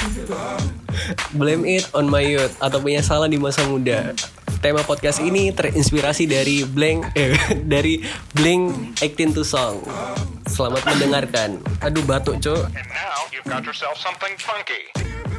Blame it on my youth atau penyesalan di masa muda. Tema podcast ini terinspirasi dari dari Blink-182 song. Selamat mendengarkan. Aduh batuk, Cok. And now you've got yourself something funky.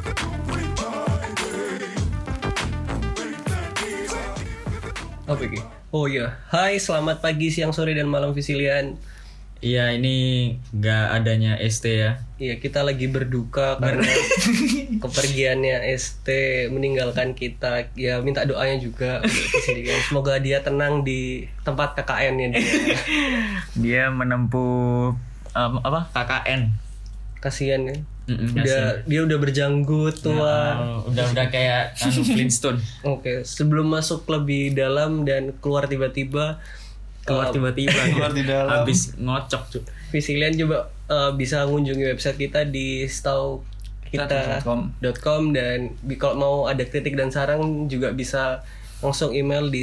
Apa ini? Oh iya. Hai, selamat pagi, siang, sore, dan malam Visilian. Iya, ini nggak adanya ST ya. Iya, kita lagi berduka karena kepergiannya ST meninggalkan kita. Ya, minta doanya juga untuk Visilian. Semoga dia tenang di tempat KKN-nya dia. Dia menempuh KKN. Kasihan ya. Kasihan. Dia udah berjanggut tua. Udah kayak Flintstone. Oke, sebelum masuk lebih dalam dan keluar tiba-tiba Keluar di dalam. Habis ngocok, Cuk. Visilian coba bisa mengunjungi website kita di staukita.com dan kalau mau ada kritik dan saran juga bisa langsung email di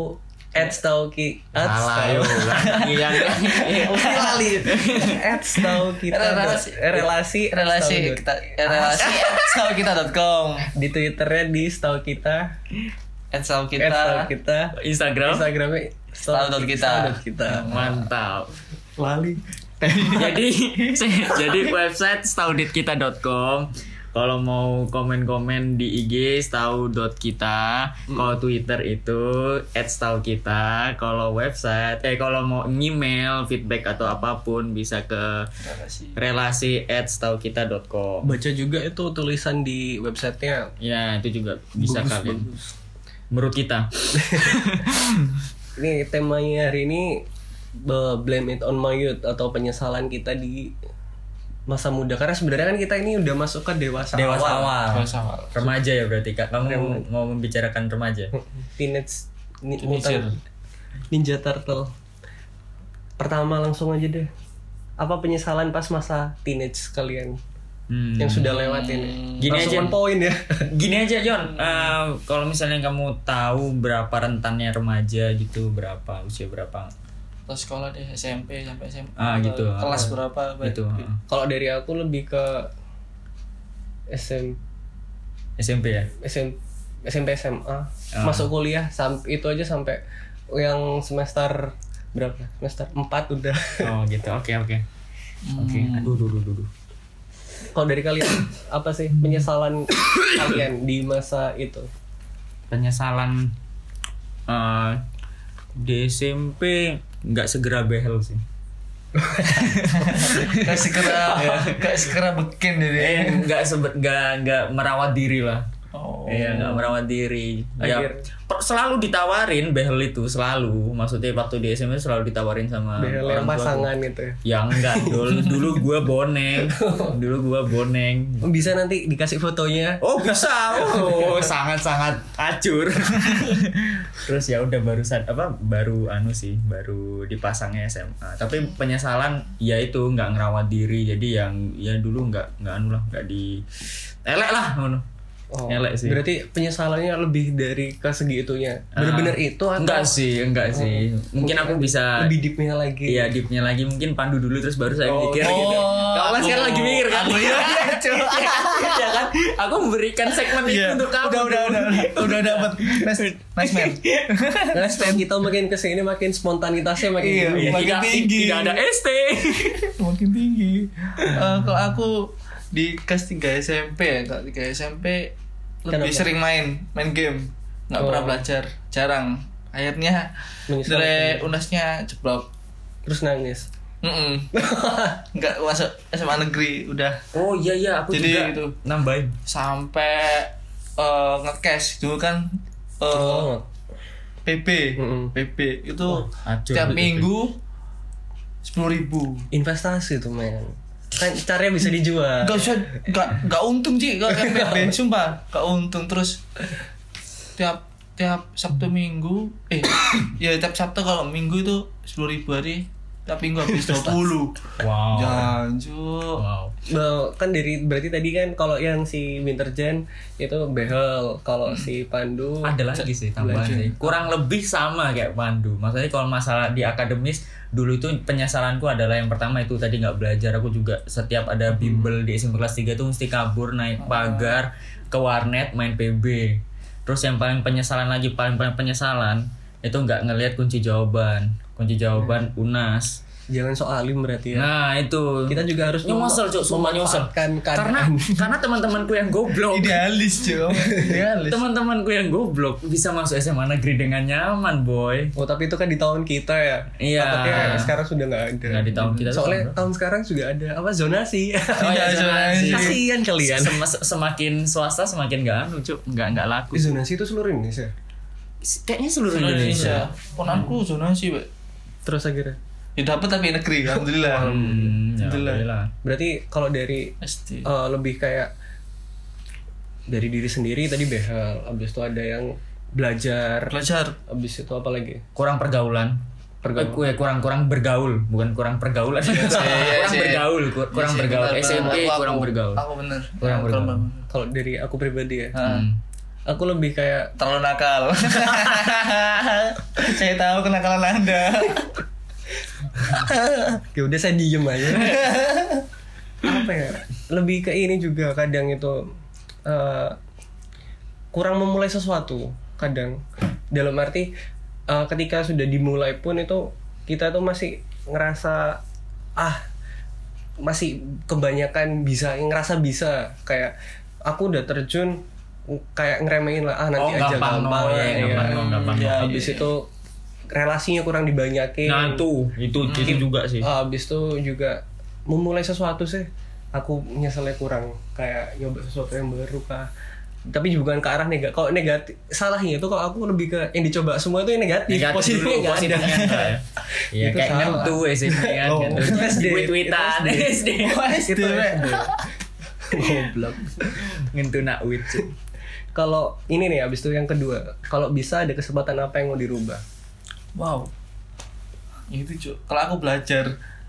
relasi.staukita.com. Di Twitternya di staukita. Instagramnya Stau.kita. Mantap. Lali. jadi website staudit.kita.com. Kalau mau komen-komen di IG stau.kita, kalau Twitter itu @staukita, kalau website kalau mau email feedback atau apapun bisa ke relasi@staukita.com. Baca juga itu tulisan di websitenya. Ya, itu juga bisa kalian. Menurut kita. Ini temanya hari ini blame it on my youth atau penyesalan kita di masa muda, karena sebenarnya kan kita ini udah masuk ke dewasa awal. Remaja ya berarti Kak. Kamu mau membicarakan remaja. Teenage Ninja Turtle. Pertama langsung aja deh. Apa penyesalan pas masa teenage kalian? Yang sudah lewat ini. Gini langsung aja poin ya. Gini aja John, kalau misalnya kamu tahu berapa rentannya remaja gitu, berapa usia berapa? Pas sekolah deh, SMP sampai SMA. Gitu. Kelas berapa? Gitu. Kalau dari aku lebih ke SMP ya? SMP SMA. Masuk kuliah itu aja sampai yang semester berapa? Semester 4 udah. Oh gitu. Oke. Oke. Aduh. Kalau dari kalian apa sih penyesalan kalian di masa itu? Penyesalan di SMP nggak segera behel sih. Gak segera beken deh. Nggak merawat diri lah. Iya, nggak merawat diri. Ya, selalu ditawarin behel itu, selalu. Maksudnya waktu di SMP selalu ditawarin sama behel yang pasangan itu. Ya enggak, dulu gue boneng. Bisa nanti dikasih fotonya. Oh bisa. Sangat-sangat acur. Terus ya udah baru dipasangnya SMA. Tapi penyesalan ya itu nggak ngerawat diri. Jadi yang ya dulu nggak di elek lah ngono. Elek sih. Berarti penyesalannya lebih dari ke segi itunya. Bener-bener itu atau? Enggak sih. Mungkin aku bisa lebih deepnya lagi. Iya, deepnya lagi. Mungkin Pandu dulu terus baru saya mikir gitu. Kalau sekarang lagi mikir kan. Iya kan? Aku memberikan segmen itu untuk kamu. Udah dapat. Nice man. Kita makin kesini makin spontanitasnya makin tinggi. Tidak ada ST. Makin tinggi. Kalau aku di kelas 3 SMP ya, kelas 3 SMP lebih sering main game, nggak pernah belajar, jarang. Akhirnya dari UNASnya jeblok, terus nangis. Nggak masuk SMA negeri udah. Oh iya aku jadi juga itu nambahin sampai nge-cash dulu kan PB itu tiap minggu 10.000 investasi tuh men. Kan caranya bisa dijual. Gak untung sih kalau MPB, sumpah gak untung. Terus tiap Sabtu Minggu tiap Sabtu kalau Minggu itu 10.000 hari tapi gua habis 20. Wow. Jancuk. Wow. Nah, kan berarti tadi kan kalau yang si Winterjen itu behel, kalau si Pandu Ada lagi sih tambahan Belajar. sih. Kurang lebih sama kayak Pandu. Maksudnya kalau masalah di akademis dulu itu penyesalanku adalah yang pertama itu tadi nggak belajar. Aku juga setiap ada bimbel di SMP kelas 3 tuh mesti kabur naik pagar ke warnet main PB. Terus yang paling penyesalan lagi paling penyesalan itu nggak ngelihat kunci jawaban UNAS. jangan so alim berarti ya. Nah itu Kita juga harus nyosel cuk, sumpah nyosel. memanfaatkan Karena keadaan. teman-temanku yang goblok. Idealis, Cuk. Idealis. Teman-temanku yang goblok bisa masuk SMA negeri dengan nyaman, boy. Oh tapi itu kan di tahun kita ya. Iya. Takutnya sekarang sudah nggak ada. Nggak di tahun kita tuh Soalnya tahun tahun sekarang juga ada apa zonasi. Oh ya, zonasi. Kasihan kalian. Semakin swasta semakin nggak cuk, nggak laku. Zonasi itu seluruh Indonesia. Kayaknya seluruh Indonesia. Indonesia. Ponanku zonasi, Pak. Terus akhirnya. Ya dapat tapi negeri, alhamdulillah. Ya, Alhamdulillah. alhamdulillah. Berarti kalau dari Pasti. lebih kayak dari diri sendiri tadi behel, abis itu ada yang belajar, Belajar. abis itu apa lagi? Kurang pergaulan. Kurang bergaul, bukan kurang pergaulan. Kurang bergaul, kurang bergaul. SMP kurang bergaul. Aku bener. Kurang bergaul. Kalau dari aku pribadi ya, Hmm. aku lebih kayak Terlalu nakal. Saya tahu kenakalan Anda. ya udah saya diem aja. Apa ya? Lebih ke ini juga kadang itu kurang memulai sesuatu kadang. Dalam arti ketika sudah dimulai pun itu kita tuh masih ngerasa masih kebanyakan ngerasa bisa, kayak aku udah terjun kayak ngeremehin lah nanti aja gampang, gampang. Ya, habis itu relasinya kurang dibanyakin. Nah itu juga sih. Habis itu juga memulai sesuatu sih aku nyeselnya kurang, kayak nyoba sesuatu yang baru kah, tapi bukan ke arah negatif. Kalau negatif salahnya itu kalau aku lebih ke yang dicoba semua itu yang negatif, positifnya nggak ada. Iya Itu kayak salah. ngentu SMP kan. Oh, Ngentu. itu SD. Tweet-tweetan SD. Itu goblok. Ngentu nak wit. Kalau ini nih abis itu yang kedua, kalau bisa ada kesempatan apa yang mau dirubah? Wow. Itu, Cuk. Kalau aku belajar.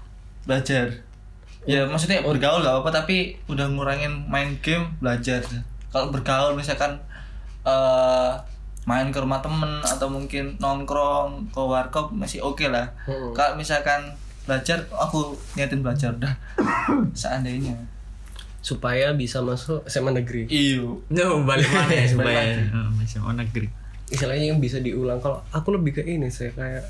Ya maksudnya bergaul gak apa-apa, tapi udah ngurangin main game, belajar. Kalau bergaul misalkan main ke rumah temen atau mungkin nongkrong ke warkop masih oke lah. Kalau misalkan belajar, aku niatin belajar udah. Seandainya Supaya bisa masuk SMA negeri. iyo. No, balik mana ya supaya Balik masih negeri. Istilahnya yang bisa diulang. Kalau aku lebih ke ini sih kayak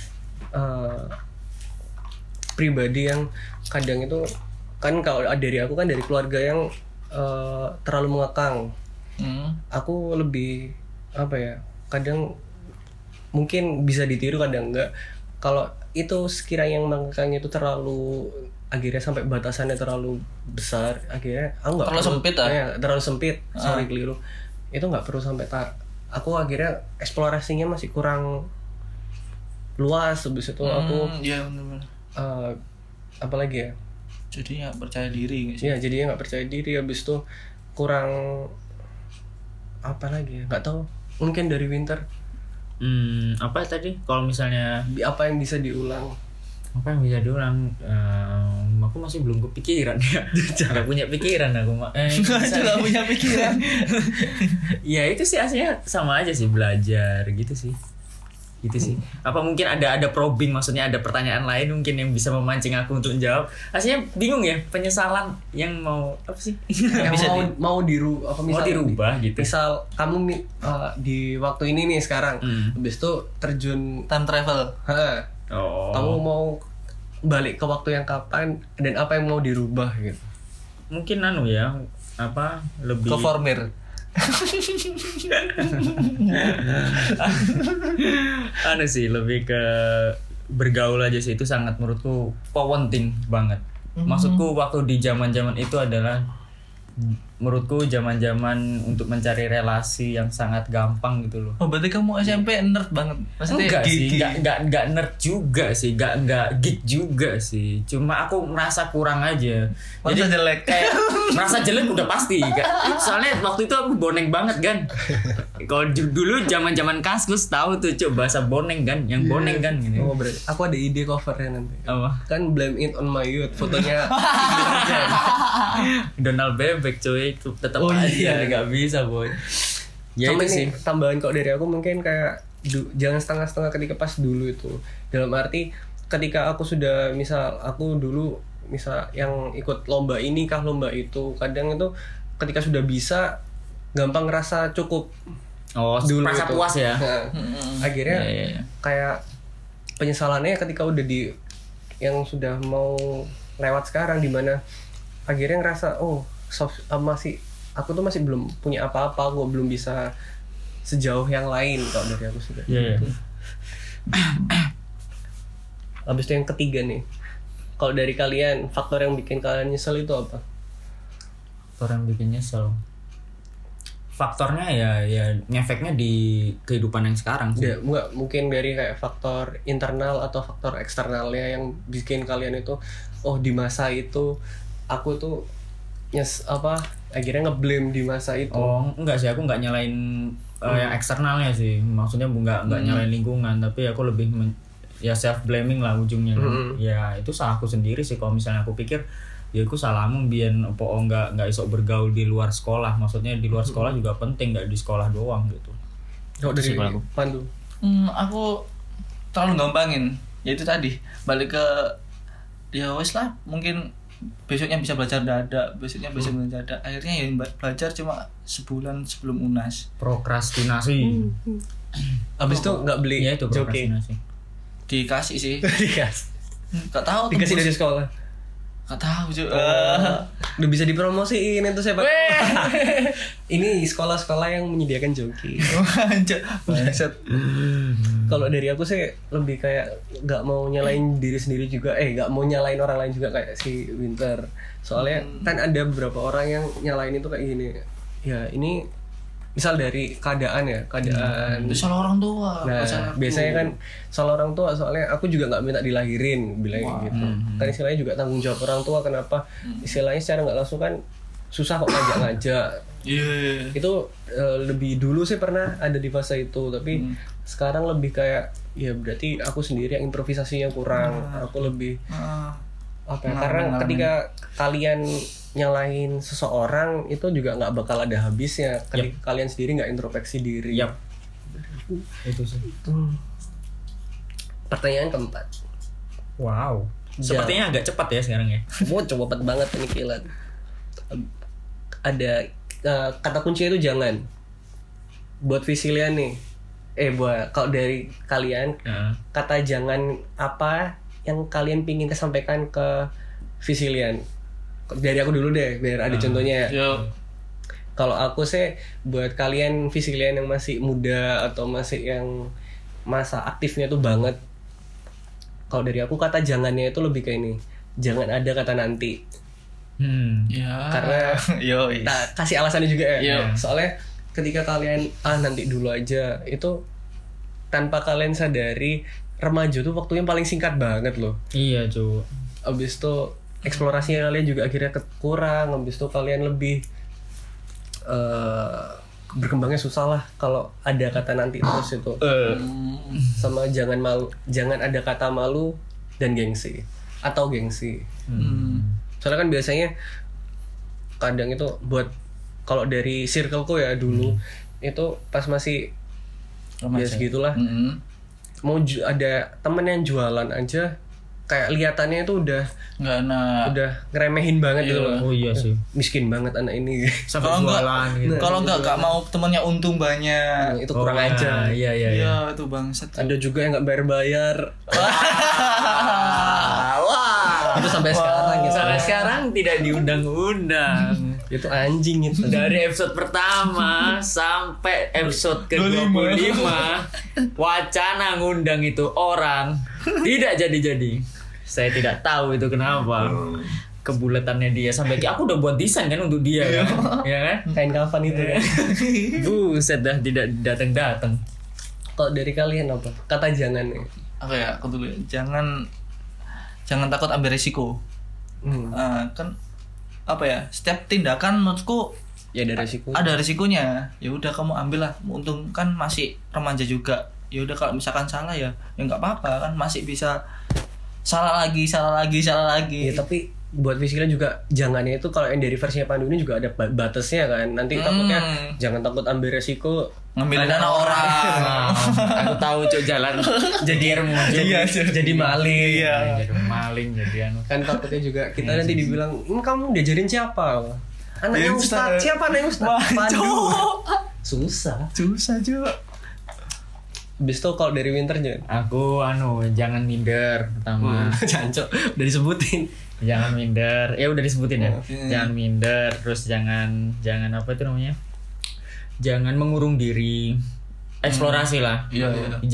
pribadi yang kadang itu kan, kalau dari aku kan dari keluarga yang terlalu mengekang. Aku lebih apa ya, kadang mungkin bisa ditiru kadang enggak. Kalau itu sekiranya yang mengekangnya itu terlalu, akhirnya sampai batasannya terlalu besar, akhirnya aku nggak Terlalu perlu, sempit lah. ya, terlalu sempit, sorry keliru, itu nggak perlu sampai aku akhirnya eksplorasinya masih kurang luas. Habis itu aku Iya benar. apa lagi ya, Jadi nggak percaya diri nggak sih? ya jadinya nggak percaya diri. Habis itu kurang apa lagi ya, nggak tahu, mungkin dari Winter Apa tadi? Kalau misalnya apa yang bisa diulang? apa yang bisa diulang? Aku masih belum kepikiran ya. Gak punya pikiran aku. Nggak punya pikiran. Ya itu sih aslinya sama aja sih, belajar gitu sih. Gitu sih. Apa mungkin ada probing, maksudnya ada pertanyaan lain mungkin yang bisa memancing aku untuk jawab. Aslinya bingung ya, penyesalan yang mau apa sih? Yang bisa mau dirubah, apa Mau dirubah gitu. Misal kamu di waktu ini nih sekarang, habis itu terjun, Time travel. kamu mau balik ke waktu yang kapan dan apa yang mau dirubah gitu? Mungkin apa lebih Ke formir. sih lebih ke bergaul aja sih, itu sangat menurutku penting banget. Maksudku waktu di zaman-zaman itu adalah menurutku zaman-zaman untuk mencari relasi yang sangat gampang gitu loh. Oh berarti kamu SMP nerd banget. Maksudnya Enggak sih, geeky. enggak nerd juga sih, enggak geek juga sih. Cuma aku merasa kurang aja. Merasa jelek. Kayak merasa jelek udah pasti. Soalnya waktu itu aku boneng banget kan. Kalau dulu zaman Kaskus tahu tuh Cuk, bahasa Boneng kan, yang Boneng kan gitu. Oh berarti aku ada ide covernya nanti. Apa? Kan Blame It On My Youth, fotonya Donald Bebek cuy, itu tetap Oh, aja iya. nggak bisa boy. Ya sama itu ini sih. tambahan kok dari aku mungkin kayak jangan setengah-setengah ketika pas dulu itu. Dalam arti ketika aku sudah misal aku dulu misal yang ikut lomba ini kah lomba itu, kadang itu ketika sudah bisa gampang ngerasa cukup. Oh, merasa itu. puas ya. Nah, akhirnya Iya. kayak penyesalannya ketika udah di yang sudah mau lewat sekarang, dimana akhirnya ngerasa aku tuh masih belum punya apa-apa, aku belum bisa sejauh yang lain kalau dari aku sudah. Iya. Habis itu yang ketiga nih, kalau dari kalian faktor yang bikin kalian nyesel itu apa? Faktor yang bikin nyesel. Faktornya ya ngefeknya di kehidupan yang sekarang sih. Ya, enggak, mungkin dari kayak faktor internal atau faktor eksternalnya yang bikin kalian itu di masa itu aku tuh akhirnya ngeblame di masa itu. Oh, enggak sih, aku enggak nyalain yang eksternalnya sih. Maksudnya enggak nyalain lingkungan, tapi aku lebih ya self blaming lah ujungnya. Ya itu salahku sendiri sih kalau misalnya aku pikir ya aku salahmu biyen opo enggak iso bergaul di luar sekolah. Maksudnya di luar sekolah juga penting, enggak di sekolah doang gitu. Kalau dari Pandu. Aku terlalu gampangin. Ya itu tadi balik ke ya wes lah, mungkin besoknya bisa belajar dadak, besoknya bisa belajar dadak. Akhirnya ya belajar cuma sebulan sebelum UNAS. Prokrastinasi. Abis itu nggak beli Ya itu joki. prokrastinasi. Dikasih sih. Dikasih Gak tahu dari tembus. sekolah. Gak tahu juga. Udah bisa dipromosiin itu siapa? Ini sekolah-sekolah yang menyediakan joki. Bangsat. Kalau dari aku sih lebih kayak nggak mau nyalain diri sendiri juga, nggak mau nyalain orang lain juga kayak si Winter. Soalnya kan ada beberapa orang yang nyalain itu kayak gini. Ya ini misal dari keadaan. Itu salah orang tua. Nah salah aku. biasanya kan salah orang tua, soalnya aku juga nggak minta dilahirin bilang gitu. Kan istilahnya juga tanggung jawab orang tua. Kenapa istilahnya secara nggak langsung kan susah kok ngajak-ngajak. Iya. Itu lebih dulu sih pernah ada di fase itu, tapi sekarang lebih kayak ya berarti aku sendiri yang improvisasinya kurang. Aku lebih karena ketika kalian nyalain seseorang itu juga nggak bakal ada habisnya ketika kalian sendiri nggak introspeksi diri. Yap. Itu sih. Pertanyaan keempat. Wow. Sepertinya agak cepat ya sekarang ya. Cepet banget ini kilat. Ada kata kuncinya itu jangan. Buat Visilian nih. Buat kalau dari kalian kata jangan apa yang kalian pingin kesampaikan ke Visilian? Dari aku dulu deh biar ada contohnya ya. Kalau aku sih buat kalian Visilian yang masih muda atau masih yang masa aktifnya tuh banget, kalau dari aku kata jangannya itu lebih kayak ini, jangan ada kata nanti. Ya. Karena kasih alasannya juga ya. Yo. Soalnya ketika kalian nanti dulu aja, itu tanpa kalian sadari remaja tuh waktunya paling singkat banget loh. Iya cuy. Abis itu eksplorasinya kalian juga akhirnya kurang. Abis itu kalian lebih berkembangnya susah lah kalau ada kata nanti terus itu. Sama jangan ada kata malu dan gengsi atau gengsi. Soalnya kan biasanya kadang itu buat kalau dari circleku ya dulu itu pas masih ya segitulah. Mau ada temen yang jualan aja kayak liatannya itu udah nggak enak, udah ngeremehin banget gitu loh. Oh iya sih. Miskin banget anak ini. Sampai jualan gitu. Kalau nggak mau temennya untung banyak. Itu kurang aja. Iya. Iya itu bangsat. Ada juga yang nggak bayar. Itu sampai sekarang gitu. Sampai sekarang tidak diundang-undang. Itu anjing itu. Dari episode pertama sampai episode ke-25 wacana ngundang itu orang tidak jadi-jadi. Saya tidak tahu itu kenapa. Kebulatannya dia sampai aku udah buat desain kan untuk dia kan. Ya kan? Kain kafan itu kan. Buset dah tidak datang-datang. Kalau dari kalian apa? Kata jangan nih. Apa ya? Aku dulu ya. Jangan takut ambil risiko. Kan apa ya? Setiap tindakan menurutku Ya ada resiko. Ada risikonya. Ya udah kamu ambil lah. Untung kan masih remaja juga. Ya udah kalau misalkan salah ya nggak apa-apa kan, masih bisa salah lagi. Ya, tapi buat fisiknya juga jangannya itu kalau yang dari versinya Pandu ini juga ada batasnya kan. Nanti takutnya jangan takut ambil resiko ngambil dana orang. Nah, aku tahu cok jalan jadi jadi maling. Iya. jadi maling jadi anu. Kan takutnya juga kita nanti dibilang, kamu diajarin siapa? Anaknya Ustadz. Siapa anaknya Ustadz? Pandu. Susah juga. Habis itu kalau dari Winter Aku jangan minder pertama. Jancok udah disebutin. Jangan minder. Ya udah disebutin ya. Jangan minder, terus jangan apa itu namanya? Jangan mengurung diri. Eksplorasi lah. Iya.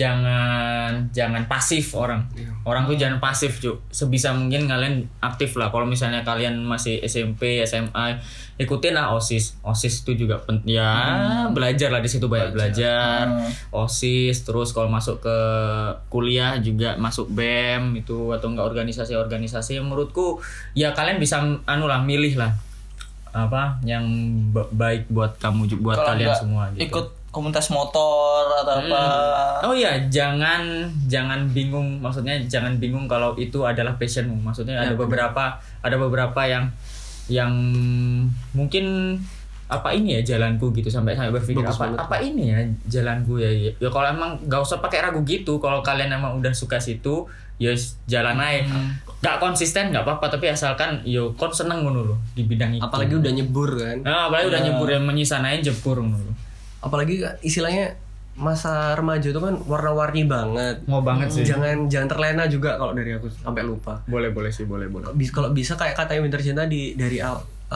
Jangan pasif orang. Orang tuh jangan pasif, Cuk. Sebisa mungkin kalian aktif lah. Kalau misalnya kalian masih SMP, SMA, ikutin lah OSIS. OSIS itu juga belajar lah di situ, banyak belajar. OSIS, terus kalau masuk ke kuliah juga masuk BEM itu atau enggak organisasi-organisasi yang menurutku ya kalian bisa milih lah apa yang baik buat kamu, buat Kalau kalian enggak semua gitu. Ikut komunitas motor atau apa. Oh iya, jangan bingung, maksudnya jangan bingung kalau itu adalah passionmu. Maksudnya ada beberapa yang mungkin apa ini ya jalanku gitu, sampai berpikir apa ini ya jalanku ya. Ya kalau emang gak usah pakai ragu gitu. Kalau kalian emang udah suka situ, ya jalan aja. Gak konsisten gak apa-apa, tapi asalkan yo kon seneng ngono lho di bidang itu. Apalagi udah nyebur kan. Nah, apalagi udah nyebur, yang menyisanain jebur ngono. Apalagi istilahnya masa remaja itu kan warna-warni banget. Mau banget sih. Jangan terlena juga kalau dari aku sampai lupa. Boleh sih, boleh. Kalau bisa kayak kata Winter Cinta dari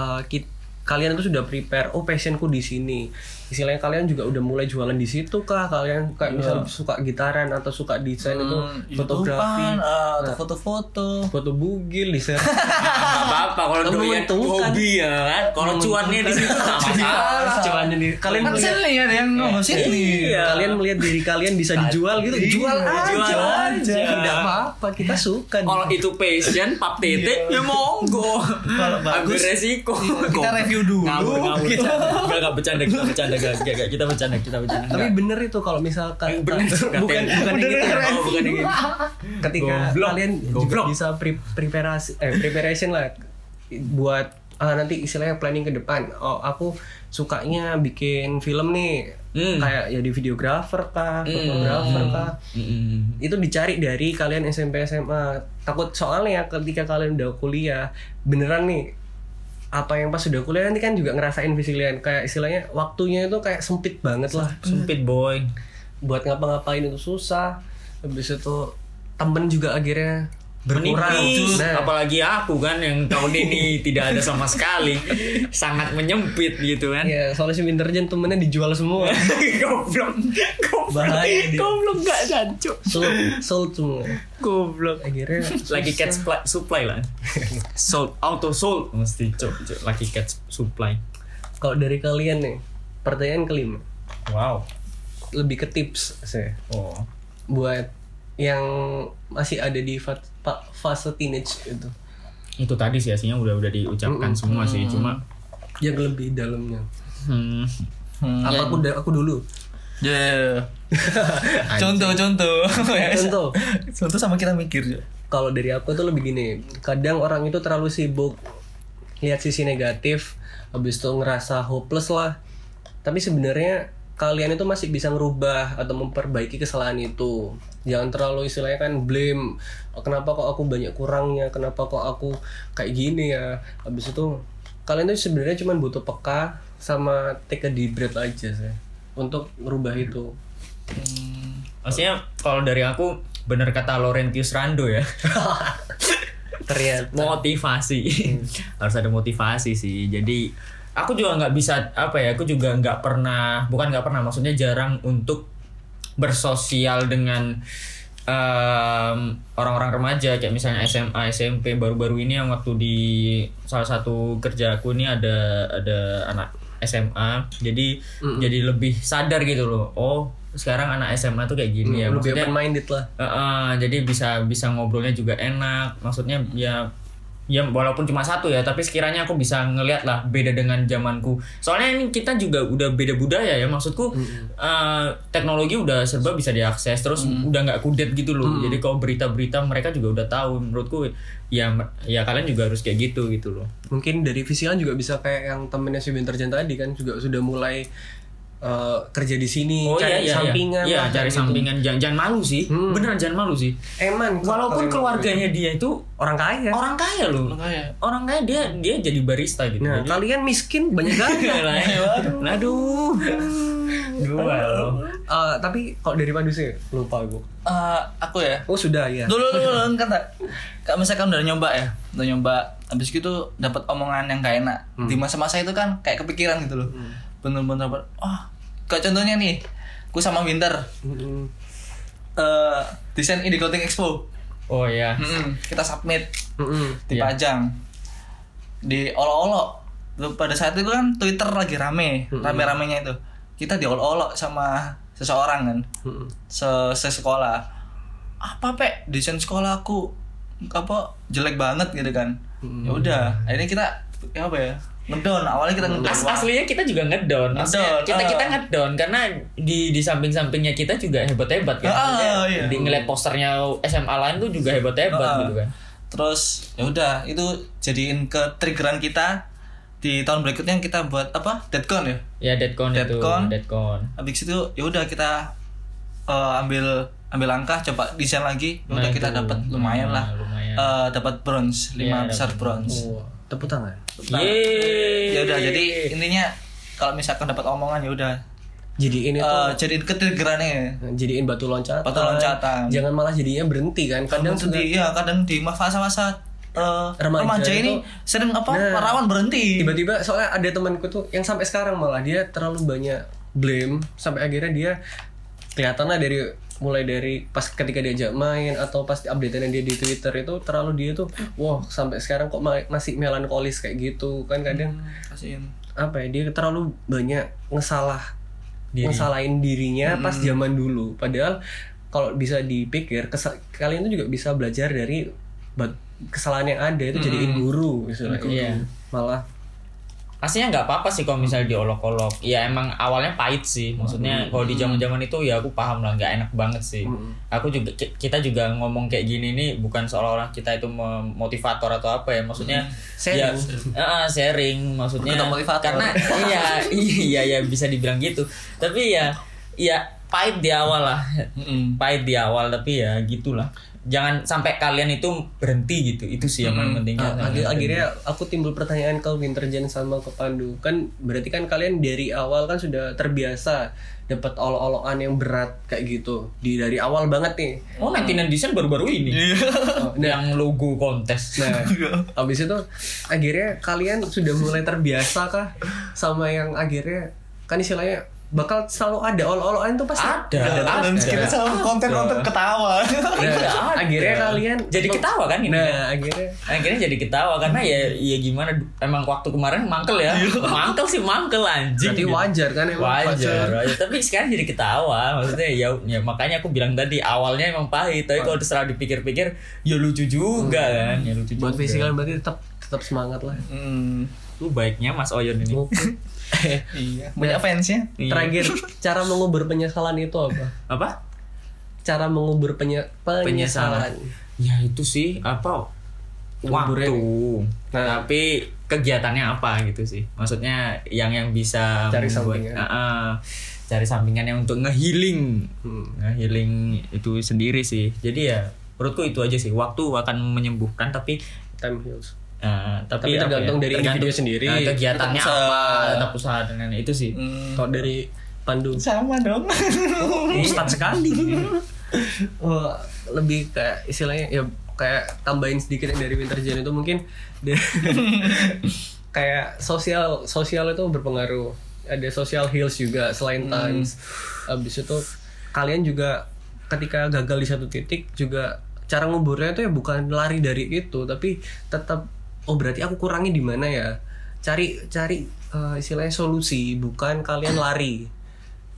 kalian itu sudah prepare, passionku di sini. Istilahnya kalian juga udah mulai jualan di situ kah? Kalian kayak misal suka gitaran atau suka desain itu fotografi, atau foto bugil, desain. Gak apa-apa kalau doyan hobi ya kan. Kalau cuannya di situ enggak masalah. Cuannya di kalian Kan sini ada yang ngomong sini. Kalian melihat diri kalian bisa dijual gitu, jual aja. Tidak apa-apa, kita suka. Kalau itu passion, pap titik ya monggo. Kalau bagus, ambil resiko. kita review dulu. Ngawur. Enggak bercanda, kita bercanda. Tapi bener itu kalau misalkan Bener. bukan yang gitu ya. Bukan yang gitu. Ketika kalian juga bisa preparation lah buat nanti istilahnya planning ke depan. Aku sukanya bikin film nih, kayak jadi videografer kah, fotografer kah. Itu dicari dari kalian SMP SMA. Takut soalnya ketika kalian udah kuliah beneran nih, apa yang pas udah kuliah nanti kan juga ngerasain visi kalian, kayak istilahnya waktunya itu kayak sempit banget lah. Sempit boy. Buat ngapa-ngapain itu susah. Habis itu temen juga akhirnya berkurang. Menipis. Apalagi aku kan yang tahun ini tidak ada sama sekali. Sangat menyempit gitu kan. Ya, soalnya si Winterjen temennya dijual semua. Goblok. Bahaya dia. Goblok gak jancuk. Sold semua. Goblok. Akhirnya Lagi catch supply lah. Auto sold mesti cok lagi catch supply. kalau dari kalian nih, pertanyaan kelima. Wow. Lebih ke tips saya. Oh. Buat yang masih ada di fase teenage itu. Itu tadi sih aslinya udah diucapkan semua sih, cuma yang lebih dalamnya. ya, Aku dulu. Ya. Contoh sama kita mikir. Kalau dari aku tuh lebih gini, kadang orang itu terlalu sibuk lihat sisi negatif, habis itu ngerasa hopeless lah. Tapi sebenarnya kalian itu masih bisa ngerubah atau memperbaiki kesalahan itu. Jangan terlalu istilahnya kan blame, kenapa kok aku banyak kurangnya, kenapa kok aku kayak gini ya. Habis itu kalian tuh sebenarnya cuma butuh peka sama take a deep breath aja sih untuk ngerubah itu. maksudnya kalau dari aku bener kata Laurentius Rando ya. Ternyata motivasi. Harus ada motivasi sih. Jadi aku juga nggak bisa aku juga nggak pernah, maksudnya jarang untuk bersosial dengan orang-orang remaja, kayak misalnya SMA, SMP. Baru-baru ini yang waktu di salah satu kerjaku ini ada anak SMA, jadi lebih sadar gitu loh. Oh sekarang anak SMA tuh kayak gini ya, lebih maksudnya open minded lah. Jadi bisa ngobrolnya juga enak, maksudnya ya Ya walaupun cuma satu ya, tapi sekiranya aku bisa ngelihat lah beda dengan zamanku. Soalnya ini kita juga udah beda budaya ya, maksudku teknologi udah serba bisa diakses, terus udah nggak kudet gitu loh. Jadi kalau berita-berita mereka juga udah tahu. Menurutku ya kalian juga harus kayak gitu loh. Mungkin dari Visilan juga bisa kayak yang temennya si Winterjan tadi kan juga sudah mulai kerja di sini, cari sampingan. Iya, cari gitu. sampingan. Jangan malu sih. Beneran jangan malu sih. Eman. Walaupun keluarganya dia itu orang kaya. orang kaya loh. Orang kaya dia jadi barista gitu. Nah, Jadi, kalian miskin banyak gaya lah. Aduh. Dua loh. Tapi kalau dari Pandu sih lupa gue. Aku ya. Oh sudah ya. Dulu kata. Kalau misalkan udah nyoba, habis gitu dapat omongan yang gak enak. Di masa-masa itu kan kayak kepikiran gitu loh. Bener-bener kayak contohnya nih, aku sama Winter desain Indie Clothing Expo. Oh ya. Kita submit, dipajang di olok-olok. Pada saat itu kan Twitter lagi rame-ramenya itu. Kita diolok-olok sama seseorang kan, sekolah. Apa desain sekolah aku jelek banget gitu kan. Ya udah, akhirnya kita ngedon. Awalnya kita ngedon. Aslinya kita juga ngedon. Kita ngedon karena di samping-sampingnya kita juga hebat-hebat kan. Iya. Di ngeliat posternya SMA lain tuh juga hebat-hebat gitu kan. Terus ya udah, itu jadiin ke triggeran kita di tahun berikutnya kita buat Deadcon ya. Ya Deadcon. Habis itu ya udah kita ambil langkah coba desain lagi. Udah kita dapat lumayan lah. Dapat bronze, 5 besar bronze. Tepuk tangan. Ya udah, jadi intinya kalau misalkan dapat omongan ya udah Jadiin itu jadiin ketriggerannya. Jadiin batu loncatan. Jangan malah jadinya berhenti kan. Kadang kadang di masa-masa remaja ini sering rawan berhenti. Tiba-tiba soalnya ada temanku tuh yang sampai sekarang malah dia terlalu banyak blame sampai akhirnya dia kelihatan lah mulai dari pas ketika diajak main atau pas update-nya dia di Twitter itu terlalu dia tuh sampai sekarang kok masih melankolis kayak gitu kan kadang kasihin. Dia terlalu banyak ngesalahin dirinya pas zaman dulu, padahal kalau bisa dipikir kalian itu juga bisa belajar dari kesalahan yang ada itu jadiin guru misalnya. Malah aslinya nggak apa-apa sih kalau misalnya diolok-olok. Ya emang awalnya pahit sih. Maksudnya kalau di zaman-zaman itu ya aku paham lah, nggak enak banget sih. Kita juga ngomong kayak gini nih bukan seolah-olah kita itu motivator atau apa ya. Maksudnya sharing. Sharing maksudnya. Karena iya bisa dibilang gitu. Tapi ya pahit di awal lah. Pahit di awal tapi ya gitulah. Jangan sampai kalian itu berhenti gitu. Itu sih yang paling pentingnya. Akhirnya aku timbul pertanyaan ke Winterjan sama ke Pandu. Kan berarti kan kalian dari awal kan sudah terbiasa dapat olok-olokan yang berat kayak gitu. Dari awal banget nih. 99 Design baru-baru ini. Yang logo kontes. Nah, habis itu akhirnya kalian sudah mulai terbiasa kah sama yang akhirnya kan istilahnya bakal selalu ada olok-olokan itu pasti ada. Dan kita sama konten-konten ketawa. Akhirnya kalian jadi ketawa kan ini. Nah, akhirnya jadi ketawa karena ya gimana emang waktu kemarin mangkel ya. mangkel anjing. Berarti wajar kan emang wajar. Tapi sekarang jadi ketawa. Maksudnya ya makanya aku bilang tadi awalnya emang pahit, tapi kalau setelah dipikir-pikir ya lucu juga kan. Ya lucu buat juga. Visilan berarti tetap semangat lah. Lu baiknya Mas Oyon ini. Iya. Banyak fansnya. Terakhir, cara mengubur penyesalan itu apa? Apa? Cara mengubur penyesalan. Ya itu sih waktu. Tapi kegiatannya apa gitu sih. Maksudnya yang bisa cari sampingannya untuk ngehealing. Ngehealing itu sendiri sih. Jadi ya menurutku itu aja sih. Waktu akan menyembuhkan tapi time heals. Tapi tergantung dari individu sendiri. Kegiatannya apa, tetap usaha dengan itu sih. Kalau dari Pandu sama dong. Ustadz sekali. Lebih kayak istilahnya ya kayak tambahin sedikit dari Winterjan itu mungkin kayak sosial itu berpengaruh. Ada social heals juga selain times. Abis itu kalian juga ketika gagal di satu titik juga cara nguburnya itu ya bukan lari dari itu tapi tetap berarti aku kurangi di mana ya, cari istilahnya solusi, bukan kalian lari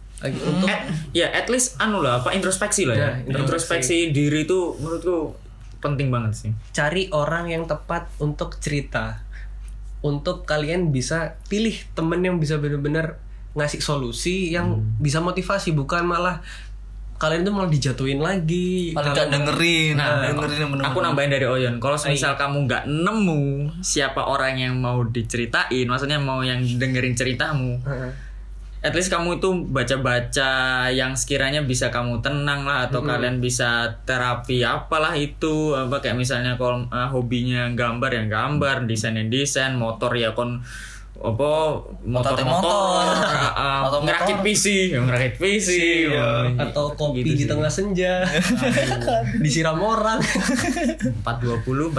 untuk at least introspeksi lah ya. Introspeksi diri itu menurutku penting banget sih. Cari orang yang tepat untuk cerita. Untuk kalian bisa pilih temen yang bisa benar-benar ngasih solusi yang bisa motivasi, bukan malah kalian tuh malah dijatuhin lagi. Paling gak dengerin. Nah, dengerin yang bener-bener. aku nambahin dari Oyon. Kalau misal kamu nggak nemu siapa orang yang mau diceritain, maksudnya mau yang dengerin ceritamu, at least kamu itu baca-baca yang sekiranya bisa kamu tenang lah, atau kalian bisa terapi apalah itu, apa kayak misalnya kalau hobinya gambar ya gambar, desain ya desain, motor ya kon apa motor Atau ngerakit PC atau kopi Gitu di sih. tengah senja disiram orang. 420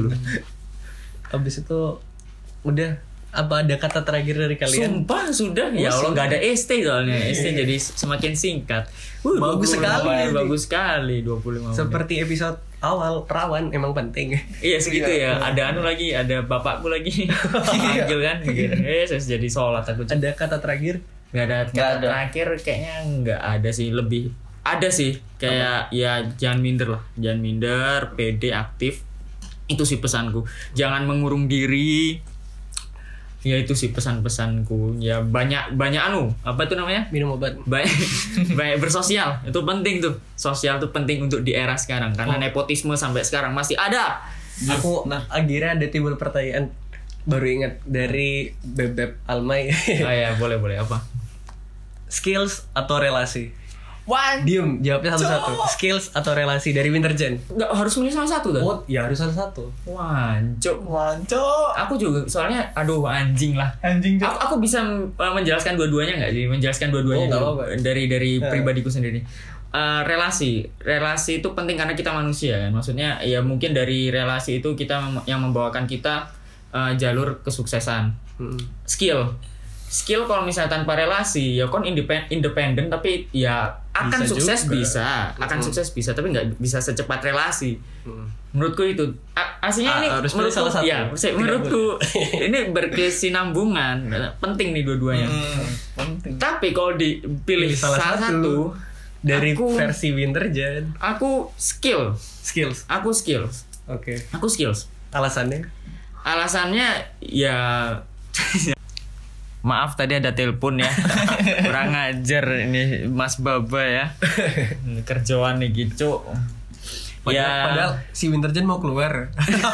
Habis itu udah, apa ada kata terakhir dari kalian? Sumpah sudah ya Allah, nggak ada ST soalnya. ST jadi semakin singkat. Bagus 25 sekali. menit, bagus sekali 25 menit. Seperti episode awal, perawan emang penting. Iya segitu ya. Ada anu lagi, ada bapakku lagi. Panggil kan. Saya jadi sholat aku. Ada kata terakhir? Nggak ada kata Nggak ada. terakhir, kayaknya nggak ada sih. Lebih ada sih kayak ya jangan minder lah, jangan minder, pede, aktif. Itu sih pesanku. Jangan mengurung diri. Ya itu sih pesan-pesanku. Ya banyak anu apa itu namanya, Minum obat. banyak bersosial itu penting tuh. Sosial tuh penting untuk di era sekarang karena nepotisme sampai sekarang masih ada. Aku akhirnya ada timbul pertanyaan, baru ingat dari Bebeb Almay. Oh ya boleh apa. Skills atau relasi? Wan. Diem, jawabnya satu-satu. Skills atau relasi dari Wintergen? Nggak harus milih salah satu tuh. Oh, ya harus satu. Wancuk. Wancok. Aku juga soalnya aduh anjing lah. Anjing Cok. Aku bisa menjelaskan dua-duanya nggak sih? Menjelaskan dua-duanya Oh, nggak dulu. apa-apa. Dari pribadiku sendiri. Relasi itu penting karena kita manusia kan. Maksudnya ya mungkin dari relasi itu kita yang membawakan kita jalur kesuksesan. Skill kalau misalnya tanpa relasi ya kon independen tapi ya akan Bisa sukses juga. bisa, akan sukses bisa tapi nggak bisa secepat relasi. Menurutku itu aslinya ini harus pilih menurutku salah satu. ya menurutku ini berkesinambungan, penting nih dua-duanya. Penting. Tapi kalau dipilih Pilih salah salah satu. satu Dari aku, versi Wintergen. aku skill. Skills. Aku skills. Oke. Aku skills. Alasannya? Alasannya ya maaf tadi ada telepon ya. Kurang ajar ini Mas Baba ya. Kerjaan nih gitu. Padahal si Wintergen mau keluar.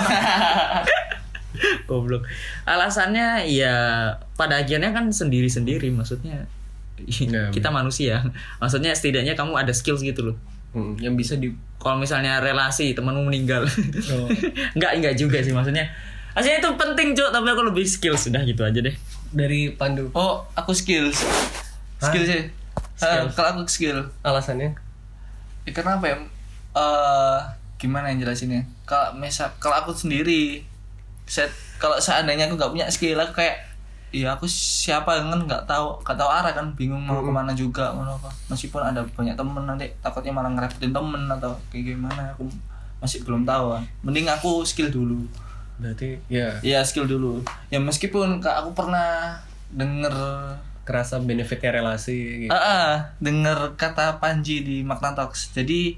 Goblok. Alasannya ya pada akhirnya kan sendiri-sendiri, maksudnya kita manusia. Maksudnya setidaknya kamu ada skills gitu loh. Yang bisa di Kalau misalnya relasi temanmu meninggal. Oh. Enggak juga sih maksudnya. Aslinya itu penting, Cuk, tapi aku lebih skills sudah gitu aja deh. dari Pandu. Oh, aku skills. Skill sih. Kalau aku skill. Alasannya? Ya, kenapa ya? Gimana yang jelasinnya? Kalau aku sendiri, kalau seandainya aku nggak punya skill, aku kayak, iya aku siapa kan nggak tahu arah kan, bingung mau kemana juga, mau apa. Meskipun ada banyak temen, nanti takutnya malah ngerepotin temen atau kayak gimana, aku masih belum tahu kan. Mending aku skill dulu. Berarti ya Iya skill dulu. Ya meskipun aku pernah denger kerasa benefitnya relasi gitu. denger kata Panji di Magna Talks. Jadi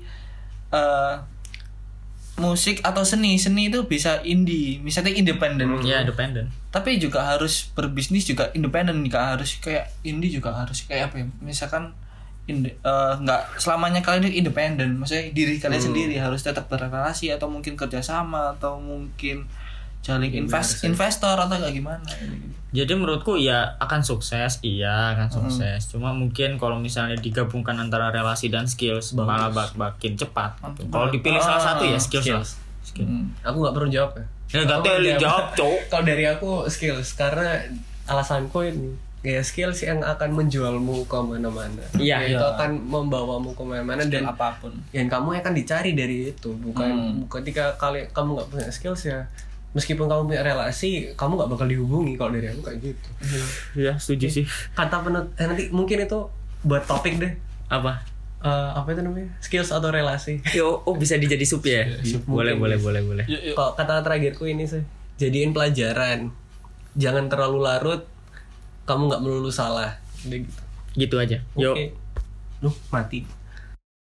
musik atau seni itu bisa indie, misalnya independen. Ya, dependent. Tapi juga harus berbisnis juga independen, juga harus kayak indie, juga harus kayak apa ya? Misalkan nggak selamanya kalian itu independen, maksudnya diri kalian sendiri harus tetap berrelasi atau mungkin kerjasama atau mungkin jalin investor atau kayak gimana gitu. Jadi menurutku ya akan sukses, akan sukses. Cuma mungkin kalau misalnya digabungkan antara relasi dan skills malah makin cepat. Gitu. Kalau dipilih salah satu ya skills lah. Aku nggak perlu jawab ya. Ya gak jawab, Cok. Kalau dari aku skills, karena alasanku ini ya skills yang akan menjualmu kemana-mana. Iya. Itu akan membawamu kemana-mana dan apapun. yang kamu akan dicari dari itu, bukan ketika kamu nggak punya skills ya. Meskipun kamu punya relasi, kamu nggak bakal dihubungi. Kalau dari aku kayak gitu. Iya, setuju sih. Kata nanti mungkin itu buat topik deh. Apa? Apa itu namanya? Skills atau relasi? Yo, bisa dijadi sup ya? Boleh. Kok kata terakhirku ini sih, jadiin pelajaran. Jangan terlalu larut. Kamu nggak melulu salah. Udah gitu. Gitu aja. Yo. Oke. Mati.